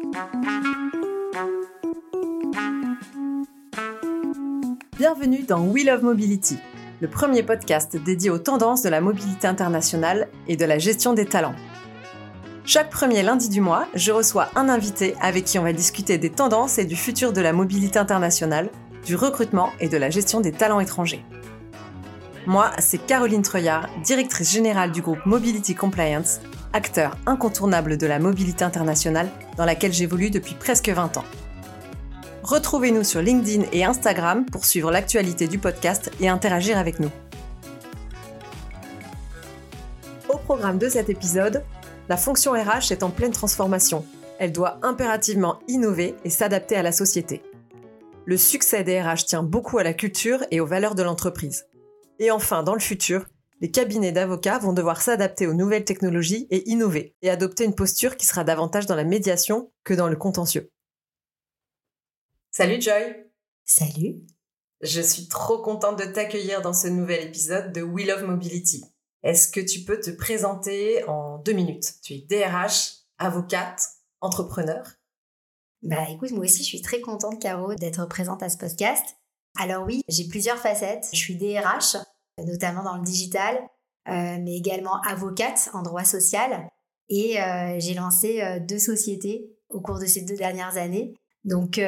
Bienvenue dans We Love Mobility, le premier podcast dédié aux tendances de la mobilité internationale et de la gestion des talents. Chaque premier lundi du mois, je reçois un invité avec qui on va discuter des tendances et du futur de la mobilité internationale, du recrutement et de la gestion des talents étrangers. Moi, c'est Caroline Treuillard, directrice générale du groupe Mobility Compliance, acteur incontournable de la mobilité internationale dans laquelle j'évolue depuis presque 20 ans. Retrouvez-nous sur LinkedIn et Instagram pour suivre l'actualité du podcast et interagir avec nous. Au programme de cet épisode, la fonction RH est en pleine transformation. Elle doit impérativement innover et s'adapter à la société. Le succès des RH tient beaucoup à la culture et aux valeurs de l'entreprise. Et enfin, dans le futur, les cabinets d'avocats vont devoir s'adapter aux nouvelles technologies et innover, et adopter une posture qui sera davantage dans la médiation que dans le contentieux. Salut Joy! Salut! Je suis trop contente de t'accueillir dans ce nouvel épisode de We Love Mobility. Est-ce que tu peux te présenter en 2 minutes? Tu es DRH, avocate, entrepreneur. Écoute, moi aussi je suis très contente, Caro, d'être présente à ce podcast. Alors oui, j'ai plusieurs facettes. Je suis DRH, notamment dans le digital, mais également avocate en droit social. Et j'ai lancé 2 sociétés au cours de ces 2 dernières années. Donc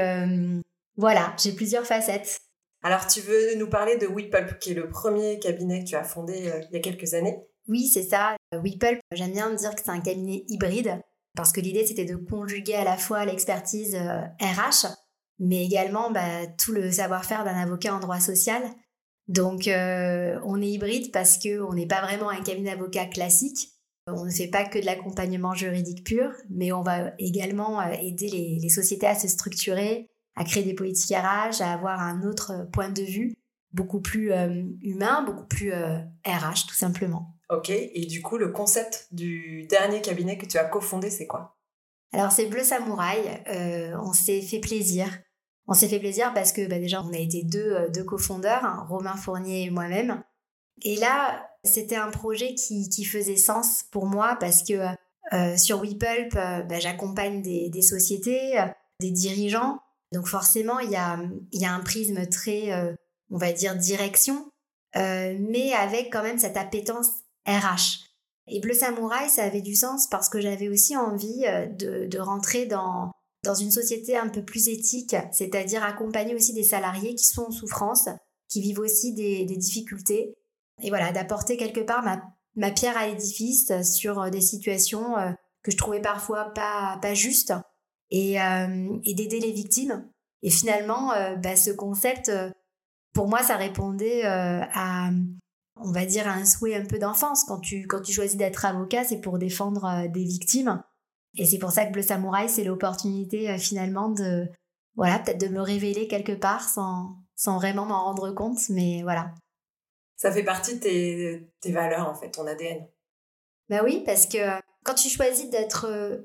voilà, j'ai plusieurs facettes. Alors tu veux nous parler de WePulp, qui est le premier cabinet que tu as fondé il y a quelques années? Oui, c'est ça. WePulp, j'aime bien dire que c'est un cabinet hybride, parce que l'idée c'était de conjuguer à la fois l'expertise RH, mais également tout le savoir-faire d'un avocat en droit social. Donc on est hybride parce qu'on n'est pas vraiment un cabinet d'avocat classique. On ne fait pas que de l'accompagnement juridique pur, mais on va également aider les sociétés à se structurer, à créer des politiques RH, à avoir un autre point de vue, beaucoup plus humain, beaucoup plus RH tout simplement. Ok, et du coup le concept du dernier cabinet que tu as cofondé, c'est quoi? Alors c'est Bleu Samouraï, on s'est fait plaisir. On s'est fait plaisir parce que déjà on a été deux cofondeurs, hein, Romain Fournier et moi-même. Et là, c'était un projet qui faisait sens pour moi parce que sur WePulp, j'accompagne des sociétés, des dirigeants. Donc forcément, il y a un prisme très, on va dire, direction, mais avec quand même cette appétence RH. Et Bleu Samouraï, ça avait du sens parce que j'avais aussi envie de rentrer dans une société un peu plus éthique, c'est-à-dire accompagner aussi des salariés qui sont en souffrance, qui vivent aussi des difficultés. Et voilà, d'apporter quelque part ma pierre à l'édifice sur des situations que je trouvais parfois pas justes et d'aider les victimes. Et finalement, ce concept, pour moi, ça répondait à, on va dire, à un souhait un peu d'enfance. Quand tu choisis d'être avocat, c'est pour défendre des victimes. Et c'est pour ça que Bleu Samouraï, c'est l'opportunité finalement de, voilà, peut-être de me révéler quelque part sans vraiment m'en rendre compte, mais voilà. Ça fait partie de tes valeurs, en fait, ton ADN. Oui, parce que quand tu choisis d'être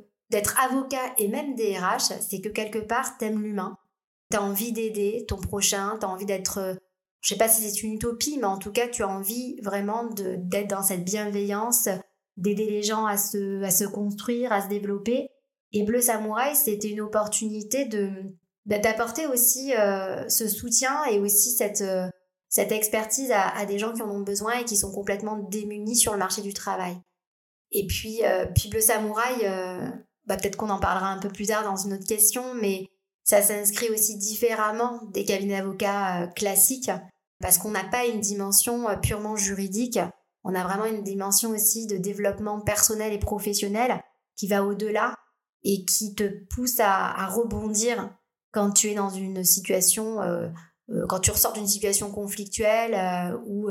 avocat et même DRH, c'est que quelque part, t'aimes l'humain. T'as envie d'aider ton prochain, t'as envie d'être... je sais pas si c'est une utopie, mais en tout cas, tu as envie vraiment d'être dans cette bienveillance, d'aider les gens à se construire, à se développer. Et Bleu Samouraï, c'était une opportunité d'apporter aussi ce soutien et aussi cette expertise à des gens qui en ont besoin et qui sont complètement démunis sur le marché du travail. Et puis Bleu Samouraï, peut-être qu'on en parlera un peu plus tard dans une autre question, mais ça s'inscrit aussi différemment des cabinets d'avocats classiques parce qu'on n'a pas une dimension purement juridique, on a vraiment une dimension aussi de développement personnel et professionnel qui va au-delà et qui te pousse à rebondir quand tu es dans une situation... quand tu ressors d'une situation conflictuelle ou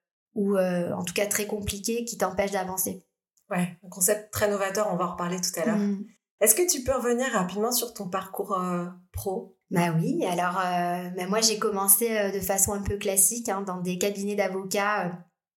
en tout cas très compliquée qui t'empêche d'avancer. Ouais, un concept très novateur, on va en reparler tout à l'heure. Est-ce que tu peux revenir rapidement sur ton parcours pro? Oui, alors moi j'ai commencé de façon un peu classique dans des cabinets d'avocats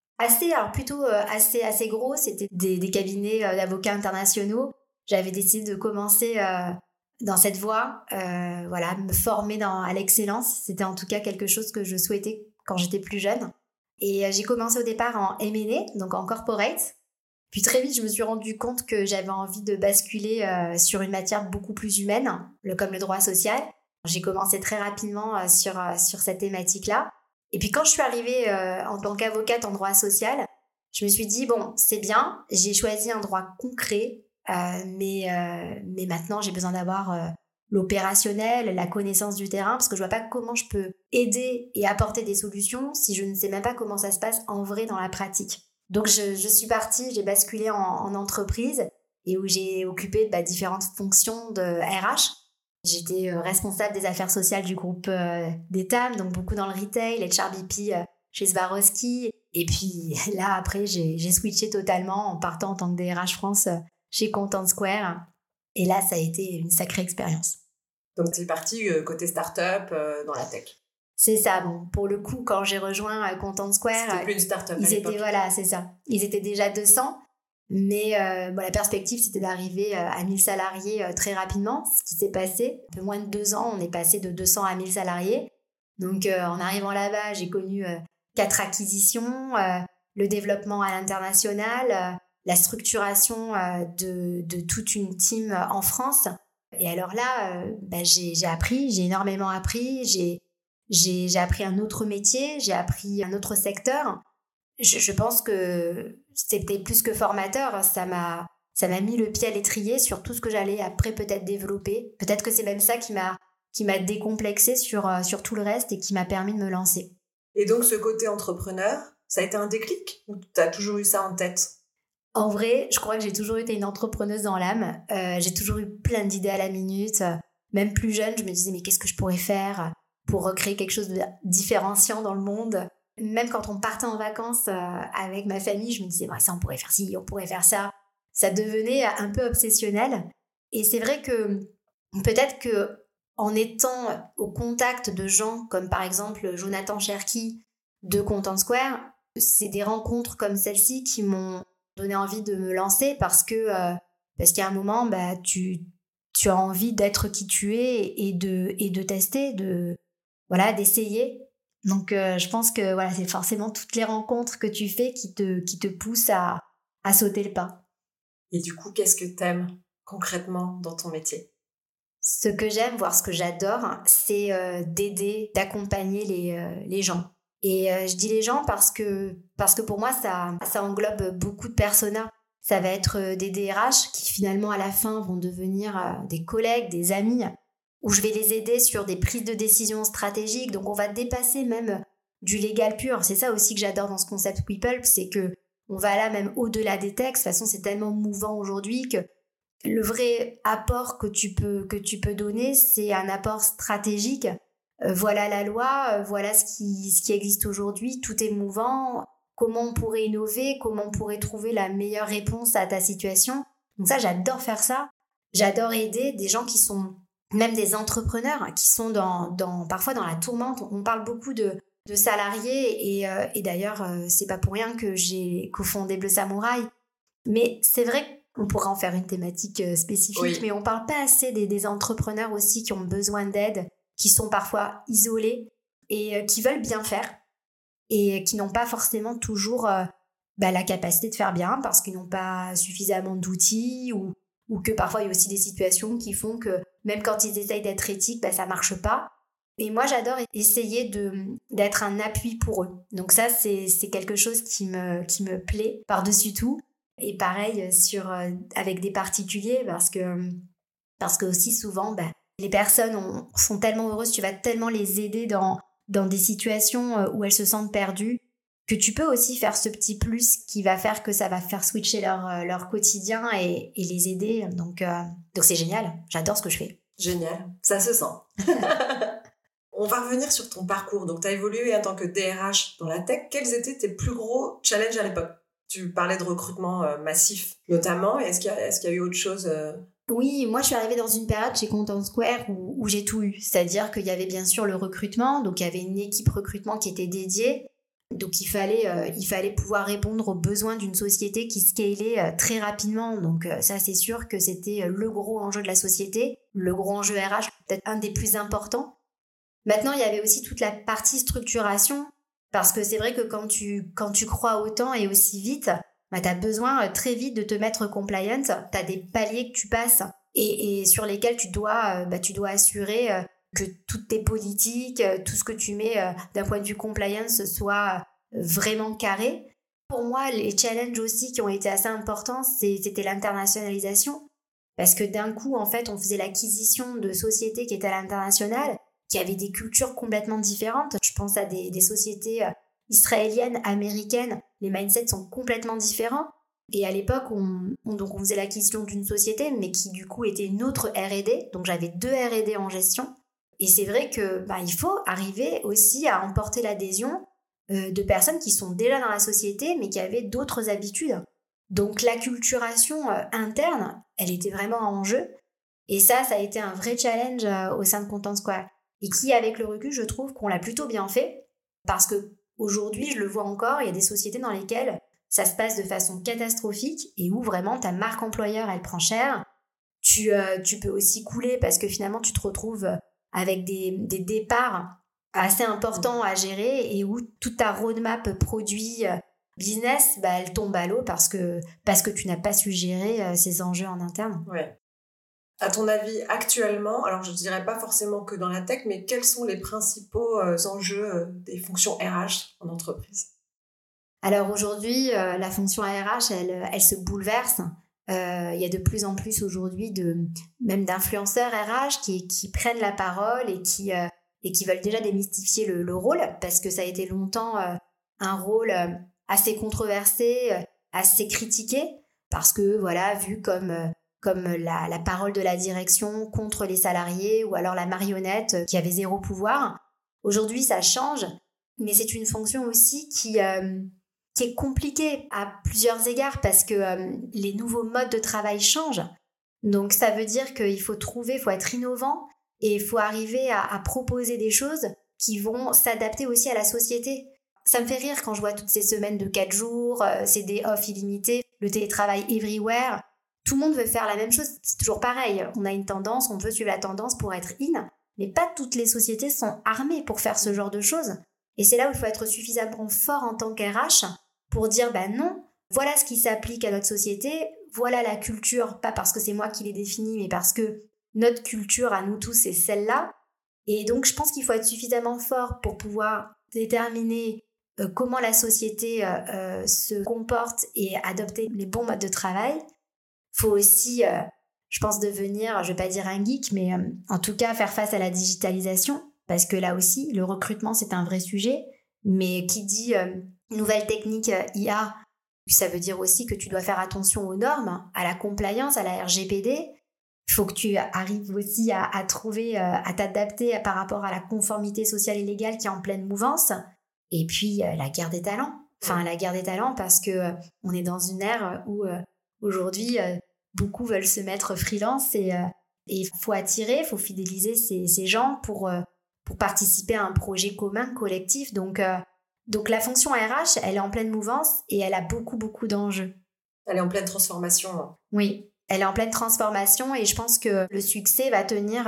assez gros, c'était des cabinets d'avocats internationaux. J'avais décidé de commencer dans cette voie, me former à l'excellence. C'était en tout cas quelque chose que je souhaitais quand j'étais plus jeune. Et j'ai commencé au départ en M&A, donc en corporate. Puis très vite, je me suis rendu compte que j'avais envie de basculer sur une matière beaucoup plus humaine, comme le droit social. J'ai commencé très rapidement sur cette thématique-là. Et puis quand je suis arrivée en tant qu'avocate en droit social, je me suis dit, bon, c'est bien, j'ai choisi un droit concret, mais maintenant j'ai besoin d'avoir l'opérationnel, la connaissance du terrain, parce que je vois pas comment je peux aider et apporter des solutions si je ne sais même pas comment ça se passe en vrai dans la pratique. Donc je suis partie, j'ai basculé en entreprise et où j'ai occupé différentes fonctions de RH. J'étais responsable des affaires sociales du groupe d'Etam, donc beaucoup dans le retail, HRBP chez Swarovski. Et puis là, après, j'ai switché totalement en partant en tant que DRH France chez Content Square. Et là, ça a été une sacrée expérience. Donc tu es partie côté start-up dans la tech. C'est ça. Bon, pour le coup, quand j'ai rejoint Content Square, c'était plus une start-up ils étaient, voilà, c'est ça. Ils étaient déjà 200, mais la perspective, c'était d'arriver à 1000 salariés très rapidement. Ce qui s'est passé, un peu moins de 2 ans, on est passé de 200 à 1000 salariés. Donc, en arrivant là-bas, j'ai connu 4 acquisitions, le développement à l'international, la structuration de toute une team en France. Et alors là, j'ai appris, j'ai énormément appris, j'ai appris un autre métier, j'ai appris un autre secteur. Je pense que c'était plus que formateur, ça m'a mis le pied à l'étrier sur tout ce que j'allais après peut-être développer. Peut-être que c'est même ça qui m'a décomplexée sur tout le reste et qui m'a permis de me lancer. Et donc ce côté entrepreneur, ça a été un déclic ou tu as toujours eu ça en tête ? En vrai, je crois que j'ai toujours été une entrepreneuse dans l'âme. J'ai toujours eu plein d'idées à la minute. Même plus jeune, je me disais mais qu'est-ce que je pourrais faire pour recréer quelque chose de différenciant dans le monde. Même quand on partait en vacances avec ma famille, je me disais ça, on pourrait faire ci, on pourrait faire ça. Ça devenait un peu obsessionnel. Et c'est vrai que peut-être que en étant au contact de gens comme par exemple Jonathan Cherki de Content Square, c'est des rencontres comme celle-ci qui m'ont donné envie de me lancer parce qu'il y a un moment, tu as envie d'être qui tu es et de tester, d'essayer. Donc, je pense que c'est forcément toutes les rencontres que tu fais qui te poussent à sauter le pas. Et du coup, qu'est-ce que t'aimes concrètement dans ton métier ? Ce que j'aime, voire ce que j'adore, c'est d'aider, d'accompagner les gens. Et je dis les gens parce que pour moi, ça englobe beaucoup de personas. Ça va être des DRH qui finalement, à la fin, vont devenir des collègues, des amis, où je vais les aider sur des prises de décision stratégiques. Donc, on va dépasser même du légal pur. C'est ça aussi que j'adore dans ce concept WePulp, c'est que on va là même au-delà des textes. De toute façon, c'est tellement mouvant aujourd'hui que le vrai apport que tu peux donner, c'est un apport stratégique. Voilà la loi, voilà ce qui existe aujourd'hui. Tout est mouvant. Comment on pourrait innover, comment on pourrait trouver la meilleure réponse à ta situation. Donc ça, j'adore faire ça. J'adore aider des gens qui sont même des entrepreneurs qui sont parfois dans la tourmente. On parle beaucoup de salariés et d'ailleurs, c'est pas pour rien que j'ai cofondé Bleu Samouraï. Mais c'est vrai qu'on pourrait en faire une thématique spécifique, oui. Mais on parle pas assez des entrepreneurs aussi qui ont besoin d'aide, qui sont parfois isolés et qui veulent bien faire et qui n'ont pas forcément toujours la capacité de faire bien parce qu'ils n'ont pas suffisamment d'outils ou que parfois il y a aussi des situations qui font que même quand ils essayent d'être éthiques, ça marche pas. Et moi, j'adore essayer d'être un appui pour eux. Donc ça, c'est quelque chose qui me plaît par-dessus tout. Et pareil avec des particuliers parce que aussi souvent, les personnes sont tellement heureuses, tu vas tellement les aider dans des situations où elles se sentent perdues que tu peux aussi faire ce petit plus qui va faire que ça va faire switcher leur quotidien et les aider. Donc c'est génial, j'adore ce que je fais. Génial, ça se sent. On va revenir sur ton parcours. Donc tu as évolué en tant que DRH dans la tech. Quels étaient tes plus gros challenges à l'époque ? Tu parlais de recrutement massif notamment. Est-ce qu'il y a eu autre chose Oui, moi je suis arrivée dans une période chez Content Square où j'ai tout eu. C'est-à-dire qu'il y avait bien sûr le recrutement, donc il y avait une équipe recrutement qui était dédiée. Donc il fallait pouvoir répondre aux besoins d'une société qui scalait très rapidement. Donc ça c'est sûr que c'était le gros enjeu de la société, le gros enjeu RH, peut-être un des plus importants. Maintenant il y avait aussi toute la partie structuration, parce que c'est vrai que quand tu crois autant et aussi vite, tu as besoin très vite de te mettre compliant. Tu as des paliers que tu passes et sur lesquels tu dois assurer que toutes tes politiques, tout ce que tu mets d'un point de vue compliance soit vraiment carré. Pour moi, les challenges aussi qui ont été assez importants, c'était l'internationalisation. Parce que d'un coup, en fait, on faisait l'acquisition de sociétés qui étaient à l'international, qui avaient des cultures complètement différentes. Je pense à des sociétés israéliennes, américaines. Les mindsets sont complètement différents. Et à l'époque, on faisait l'acquisition d'une société, mais qui du coup était une autre R&D. Donc j'avais 2 R&D en gestion. Et c'est vrai que il faut arriver aussi à emporter l'adhésion de personnes qui sont déjà dans la société, mais qui avaient d'autres habitudes. Donc l'acculturation interne, elle était vraiment en jeu. Et ça a été un vrai challenge au sein de Content Square. Et qui, avec le recul, je trouve qu'on l'a plutôt bien fait. Parce que aujourd'hui, je le vois encore, il y a des sociétés dans lesquelles ça se passe de façon catastrophique et où vraiment ta marque employeur, elle prend cher. Tu peux aussi couler parce que finalement, tu te retrouves avec des départs assez importants à gérer et où toute ta roadmap produit business, elle tombe à l'eau parce que tu n'as pas su gérer ces enjeux en interne. Ouais. À ton avis, actuellement, alors je ne dirais pas forcément que dans la tech, mais quels sont les principaux enjeux des fonctions RH en entreprise ? Alors aujourd'hui, la fonction RH, elle se bouleverse. Il y a de plus en plus aujourd'hui même d'influenceurs RH qui prennent la parole et qui veulent déjà démystifier le rôle, parce que ça a été longtemps un rôle assez controversé, assez critiqué, parce que voilà, vu comme la parole de la direction contre les salariés, ou alors la marionnette qui avait zéro pouvoir. Aujourd'hui, ça change, mais c'est une fonction aussi qui est compliquée à plusieurs égards, parce que les nouveaux modes de travail changent. Donc ça veut dire qu'il faut être innovant, et il faut arriver à proposer des choses qui vont s'adapter aussi à la société. Ça me fait rire quand je vois toutes ces semaines de 4 jours, c'est des off illimités, le télétravail everywhere. Tout le monde veut faire la même chose, c'est toujours pareil. On a une tendance, on veut suivre la tendance pour être in, mais pas toutes les sociétés sont armées pour faire ce genre de choses. Et c'est là où il faut être suffisamment fort en tant qu'RH pour dire non, voilà ce qui s'applique à notre société, voilà la culture, pas parce que c'est moi qui l'ai définie, mais parce que notre culture à nous tous, c'est celle-là. Et donc je pense qu'il faut être suffisamment fort pour pouvoir déterminer comment la société se comporte et adopter les bons modes de travail. Il faut aussi, je pense, devenir, je ne vais pas dire un geek, mais en tout cas faire face à la digitalisation, parce que là aussi, le recrutement, c'est un vrai sujet. Mais qui dit nouvelle technique IA, ça veut dire aussi que tu dois faire attention aux normes, à la compliance, à la RGPD. Il faut que tu arrives aussi à trouver, à t'adapter par rapport à la conformité sociale et légale qui est en pleine mouvance. Et puis, la guerre des talents. Enfin, la guerre des talents, parce qu'on est dans une ère où aujourd'hui, beaucoup veulent se mettre freelance et il faut attirer, il faut fidéliser ces gens pour participer à un projet commun, collectif. Donc la fonction RH, elle est en pleine mouvance et elle a beaucoup, beaucoup d'enjeux. Elle est en pleine transformation. Oui, elle est en pleine transformation et je pense que le succès va tenir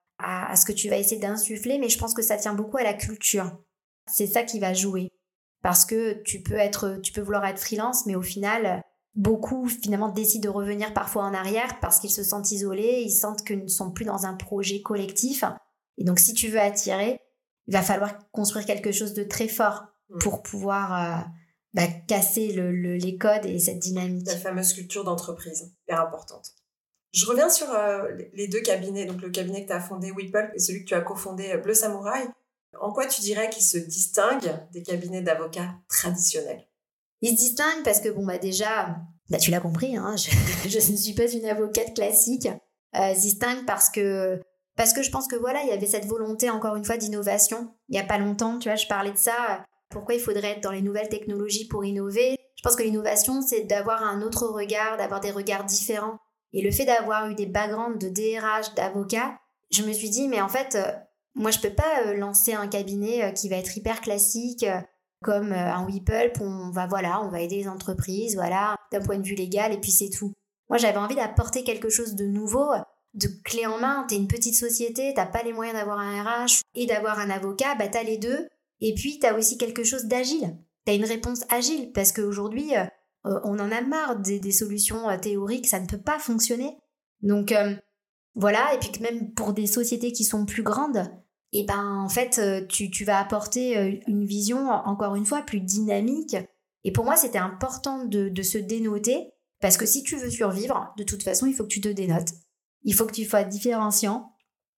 à ce que tu vas essayer d'insuffler, mais je pense que ça tient beaucoup à la culture. C'est ça qui va jouer. Parce que tu peux vouloir être freelance, mais au final, beaucoup finalement décident de revenir parfois en arrière parce qu'ils se sentent isolés, ils sentent qu'ils ne sont plus dans un projet collectif. Et donc si tu veux attirer, il va falloir construire quelque chose de très fort pour pouvoir casser les codes et cette dynamique. La fameuse culture d'entreprise, hyper importante. Je reviens sur les 2 cabinets, donc le cabinet que tu as fondé, Whipple, et celui que tu as cofondé, Bleu Samouraï. En quoi tu dirais qu'ils se distinguent des cabinets d'avocats traditionnels ? Ils se distinguent parce que, déjà, tu l'as compris, hein, je ne suis pas une avocate classique. Ils se distinguent parce que je pense que il y avait cette volonté, encore une fois, d'innovation. Il n'y a pas longtemps, tu vois, je parlais de ça. Pourquoi il faudrait être dans les nouvelles technologies pour innover ? Je pense que l'innovation, c'est d'avoir un autre regard, d'avoir des regards différents. Et le fait d'avoir eu des backgrounds de DRH, d'avocats, je me suis dit, mais en fait, moi, je peux pas lancer un cabinet qui va être hyper classique, comme un Whipple, on va aider les entreprises, d'un point de vue légal, et puis c'est tout. Moi, j'avais envie d'apporter quelque chose de nouveau, de clé en main. T'es une petite société, t'as pas les moyens d'avoir un RH et d'avoir un avocat, t'as les deux. Et puis, t'as aussi quelque chose d'agile. T'as une réponse agile, parce qu'aujourd'hui, on en a marre des solutions théoriques, ça ne peut pas fonctionner. Donc voilà, et puis que même pour des sociétés qui sont plus grandes, et ben en fait tu vas apporter une vision encore une fois plus dynamique. Et pour moi c'était important de se dénoter, parce que si tu veux survivre, de toute façon il faut que tu te dénotes, il faut que tu sois différenciant.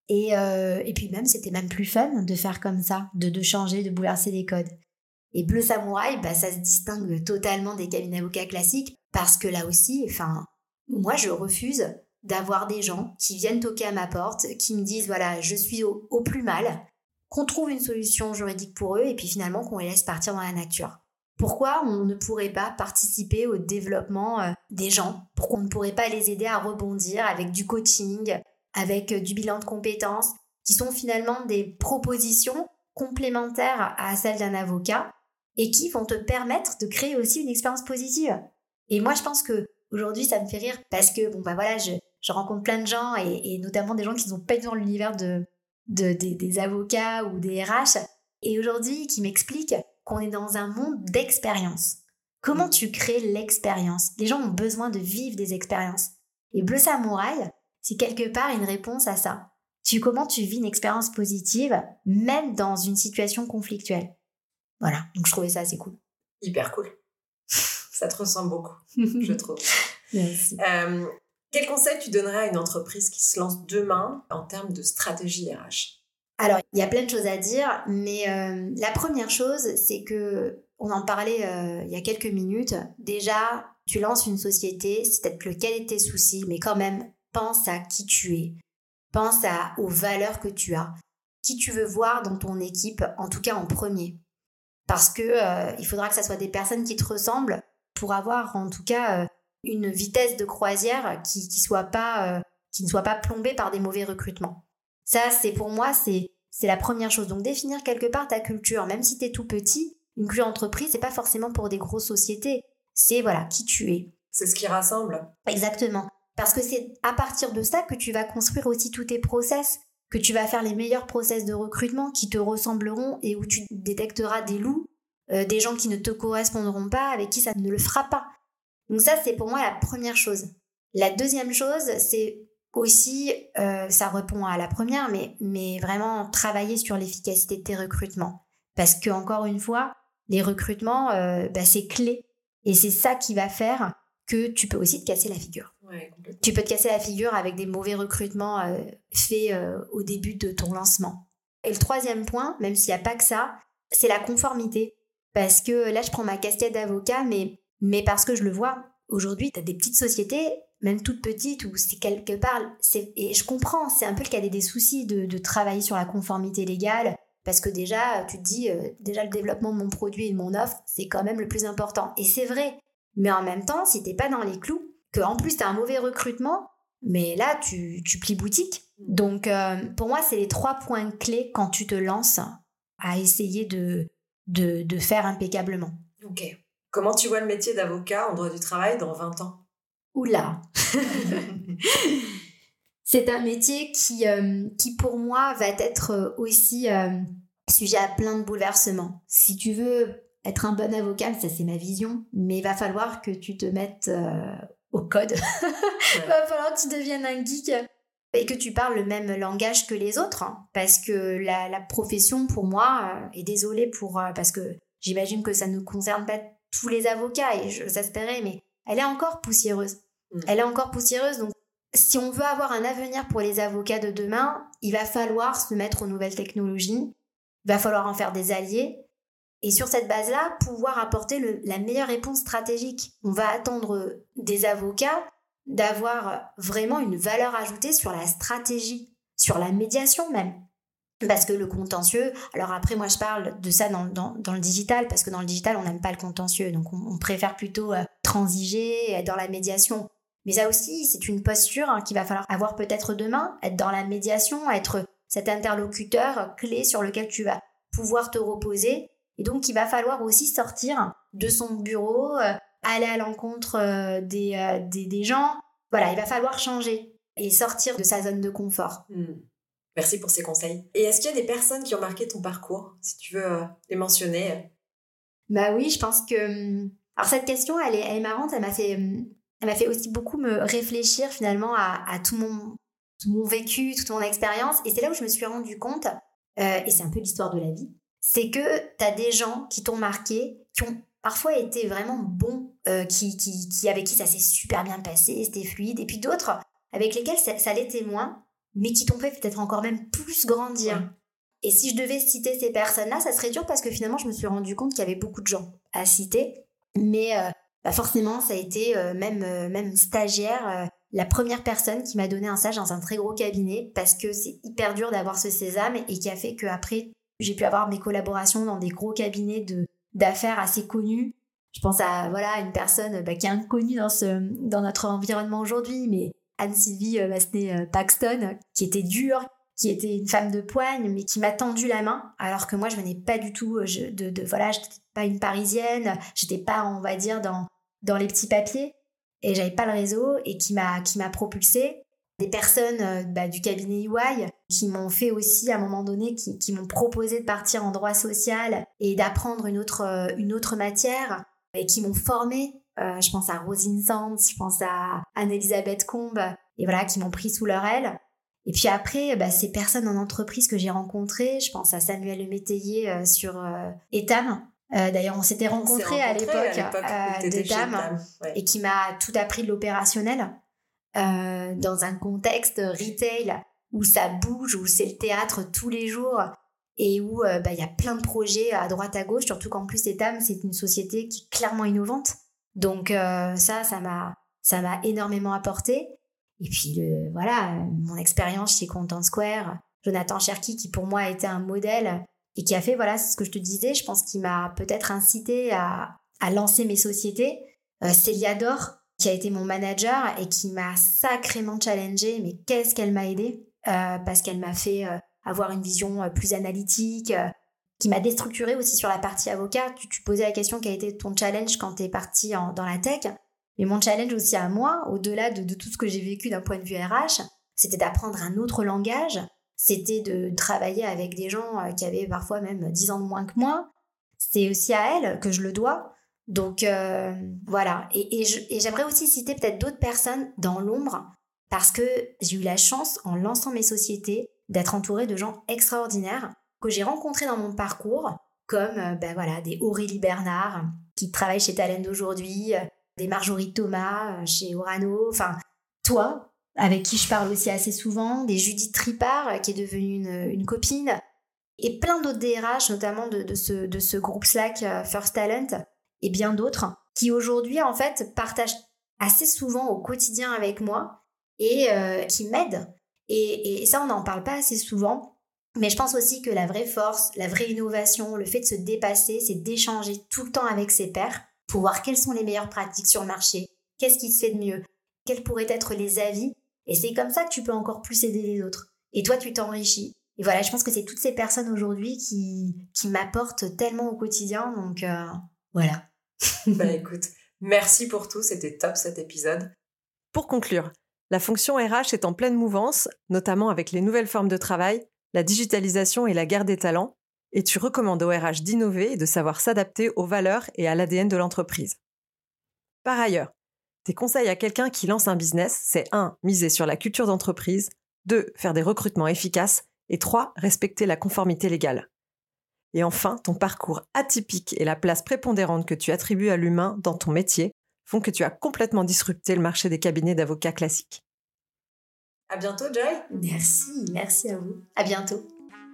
Et puis même c'était même plus fun de faire comme ça, de changer, de bouleverser les codes. Et Bleu Samouraï, ça se distingue totalement des cabinets d'avocats classiques, parce que là aussi, moi je refuse d'avoir des gens qui viennent toquer à ma porte, qui me disent voilà, je suis au plus mal, qu'on trouve une solution juridique pour eux et puis finalement qu'on les laisse partir dans la nature. Pourquoi on ne pourrait pas participer au développement des gens? Pourquoi on ne pourrait pas les aider à rebondir avec du coaching, avec du bilan de compétences, qui sont finalement des propositions complémentaires à celles d'un avocat et qui vont te permettre de créer aussi une expérience positive. Et moi, je pense que aujourd'hui, ça me fait rire parce que voilà, je rencontre plein de gens et notamment des gens qui ne sont pas dans l'univers des avocats ou des RH, et aujourd'hui qui m'expliquent qu'on est dans un monde d'expérience. Comment tu crées l'expérience? Les gens ont besoin de vivre des expériences. Et Bleu Samouraï, c'est quelque part une réponse à ça. Comment tu vis une expérience positive, même dans une situation conflictuelle. Voilà, donc je trouvais ça assez cool. Hyper cool. Ça te ressemble beaucoup, je trouve. Merci. Quel conseil tu donnerais à une entreprise qui se lance demain en termes de stratégie RH? Alors, il y a plein de choses à dire, mais la première chose, c'est que, on en parlait il y a quelques minutes, déjà, tu lances une société, c'est peut-être lequel est tes soucis, mais quand même, pense à qui tu es. Pense aux valeurs que tu as, qui tu veux voir dans ton équipe, en tout cas en premier. Parce que il faudra que ça soit des personnes qui te ressemblent pour avoir en tout cas une vitesse de croisière qui ne soit pas plombée par des mauvais recrutements. Ça, pour moi, c'est la première chose. Donc définir quelque part ta culture, même si tu es tout petit, une culture d'entreprise, c'est pas forcément pour des grosses sociétés. C'est voilà, qui tu es. C'est ce qui rassemble. Exactement. Parce que c'est à partir de ça que tu vas construire aussi tous tes process, que tu vas faire les meilleurs process de recrutement qui te ressembleront et où tu détecteras des loups, des gens qui ne te correspondront pas, avec qui ça ne le fera pas. Donc ça, c'est pour moi la première chose. La deuxième chose, c'est aussi, ça répond à la première, mais vraiment travailler sur l'efficacité de tes recrutements. Parce que encore une fois, les recrutements, c'est clé. Et c'est ça qui va faire que tu peux aussi te casser la figure. Ouais, tu peux te casser la figure avec des mauvais recrutements faits au début de ton lancement. Et le troisième point, même s'il n'y a pas que ça, c'est la conformité. Parce que là, je prends ma casquette d'avocat, mais parce que je le vois, aujourd'hui, tu as des petites sociétés, même toutes petites, où c'est quelque part, et je comprends, c'est un peu le cas des soucis de travailler sur la conformité légale, parce que déjà, tu te dis, déjà le développement de mon produit et de mon offre, c'est quand même le plus important. Et c'est vrai. Mais en même temps, si t'es pas dans les clous, qu'en plus t'as un mauvais recrutement, mais là, tu plies boutique. Donc, pour moi, c'est les 3 points clés quand tu te lances à essayer de faire impeccablement. Ok. Comment tu vois le métier d'avocat en droit du travail dans 20 ans? Oula. C'est un métier qui, pour moi, va être aussi sujet à plein de bouleversements. Si tu veux être un bon avocat, ça c'est ma vision, mais il va falloir que tu te mettes au code. Il va falloir que tu deviennes un geek et que tu parles le même langage que les autres, hein, parce que la profession, pour moi, et désolée parce que j'imagine que ça ne concerne pas tous les avocats, et j'espérais, mais elle est encore poussiéreuse. Elle est encore poussiéreuse, donc si on veut avoir un avenir pour les avocats de demain, il va falloir se mettre aux nouvelles technologies, il va falloir en faire des alliés, et sur cette base-là, pouvoir apporter la meilleure réponse stratégique. On va attendre des avocats d'avoir vraiment une valeur ajoutée sur la stratégie, sur la médiation même. Parce que le contentieux, alors après moi je parle de ça dans le digital, parce que dans le digital on n'aime pas le contentieux, donc on préfère plutôt transiger dans la médiation. Mais ça aussi, c'est une posture qu'il va falloir avoir peut-être demain, être dans la médiation, être cet interlocuteur clé sur lequel tu vas pouvoir te reposer. Et donc, il va falloir aussi sortir de son bureau, aller à l'encontre des gens. Voilà, il va falloir changer et sortir de sa zone de confort. Merci pour ces conseils. Et est-ce qu'il y a des personnes qui ont marqué ton parcours, si tu veux les mentionner? Bah oui, je pense que Alors cette question, elle est marrante, elle m'a fait aussi beaucoup me réfléchir finalement à tout mon vécu, toute mon expérience. Et c'est là où je me suis rendu compte, et c'est un peu l'histoire de la vie, c'est que tu as des gens qui t'ont marqué, qui ont parfois été vraiment bons, avec qui ça s'est super bien passé, c'était fluide, et puis d'autres avec lesquels ça l'était moins, mais qui t'ont fait peut-être encore même plus grandir. Ouais. Et si je devais citer ces personnes-là, ça serait dur parce que finalement, je me suis rendu compte qu'il y avait beaucoup de gens à citer, mais forcément, ça a été même stagiaire, la première personne qui m'a donné un stage dans un très gros cabinet, parce que c'est hyper dur d'avoir ce sésame, et qui a fait qu'après, j'ai pu avoir mes collaborations dans des gros cabinets d'affaires assez connus. Je pense à une personne qui est inconnue dans notre environnement aujourd'hui, mais Anne-Sylvie Paxton, qui était dure, qui était une femme de poigne, mais qui m'a tendu la main, alors que moi, je venais pas du tout j'étais pas une Parisienne, j'étais pas, on va dire, dans les petits papiers, et j'avais pas le réseau, et qui m'a propulsée. Des personnes du cabinet EY qui m'ont fait aussi, à un moment donné, qui m'ont proposé de partir en droit social et d'apprendre une autre matière, et qui m'ont formée. Je pense à Rosine Sands, je pense à Anne-Elisabeth Combe, et qui m'ont pris sous leur aile. Et puis après, ces personnes en entreprise que j'ai rencontrées, je pense à Samuel Le Métayer sur Etam. D'ailleurs, on s'était rencontrés à l'époque d'Etam, ouais. Et qui m'a tout appris de l'opérationnel. Dans un contexte retail où ça bouge, où c'est le théâtre tous les jours, et où y a plein de projets à droite à gauche, surtout qu'en plus Etam, c'est une société qui est clairement innovante. Donc ça m'a énormément apporté. Et puis mon expérience chez Content Square, Jonathan Cherki, qui pour moi a été un modèle, et qui a fait, c'est ce que je te disais, je pense qu'il m'a peut-être incité à lancer mes sociétés. Célia Dor, qui a été mon manager et qui m'a sacrément challengée, mais qu'est-ce qu'elle m'a aidée, parce qu'elle m'a fait avoir une vision plus analytique, qui m'a déstructurée aussi sur la partie avocat. Tu posais la question, quel a été ton challenge quand tu es partie dans la tech, mais mon challenge aussi à moi, au-delà de tout ce que j'ai vécu d'un point de vue RH, c'était d'apprendre un autre langage, c'était de travailler avec des gens qui avaient parfois même 10 ans de moins que moi. C'est aussi à elle que je le dois. Donc voilà, et j'aimerais aussi citer peut-être d'autres personnes dans l'ombre, parce que j'ai eu la chance, en lançant mes sociétés, d'être entourée de gens extraordinaires que j'ai rencontrés dans mon parcours, comme des Aurélie Bernard qui travaille chez Talend aujourd'hui, des Marjorie Thomas chez Orano, enfin toi avec qui je parle aussi assez souvent, des Judith Tripart qui est devenue une copine, et plein d'autres DRH, notamment de ce groupe Slack First Talent, et bien d'autres, qui aujourd'hui, en fait, partagent assez souvent au quotidien avec moi, et qui m'aident. Et ça, on n'en parle pas assez souvent. Mais je pense aussi que la vraie force, la vraie innovation, le fait de se dépasser, c'est d'échanger tout le temps avec ses pairs pour voir quelles sont les meilleures pratiques sur le marché, qu'est-ce qui se fait de mieux, quels pourraient être les avis. Et c'est comme ça que tu peux encore plus aider les autres. Et toi, tu t'enrichis. Et je pense que c'est toutes ces personnes aujourd'hui qui m'apportent tellement au quotidien. Donc, voilà. Écoute, merci pour tout, c'était top cet épisode. Pour conclure, la fonction RH est en pleine mouvance, notamment avec les nouvelles formes de travail, la digitalisation et la guerre des talents, et tu recommandes au RH d'innover et de savoir s'adapter aux valeurs et à l'ADN de l'entreprise. Par ailleurs, tes conseils à quelqu'un qui lance un business, c'est 1. Miser sur la culture d'entreprise, 2. Faire des recrutements efficaces, et 3. Respecter la conformité légale. Et enfin, ton parcours atypique et la place prépondérante que tu attribues à l'humain dans ton métier font que tu as complètement disrupté le marché des cabinets d'avocats classiques. À bientôt, Joy. Merci à vous. À bientôt.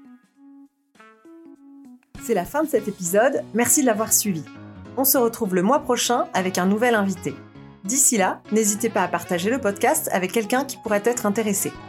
C'est la fin de cet épisode, merci de l'avoir suivi. On se retrouve le mois prochain avec un nouvel invité. D'ici là, n'hésitez pas à partager le podcast avec quelqu'un qui pourrait être intéressé.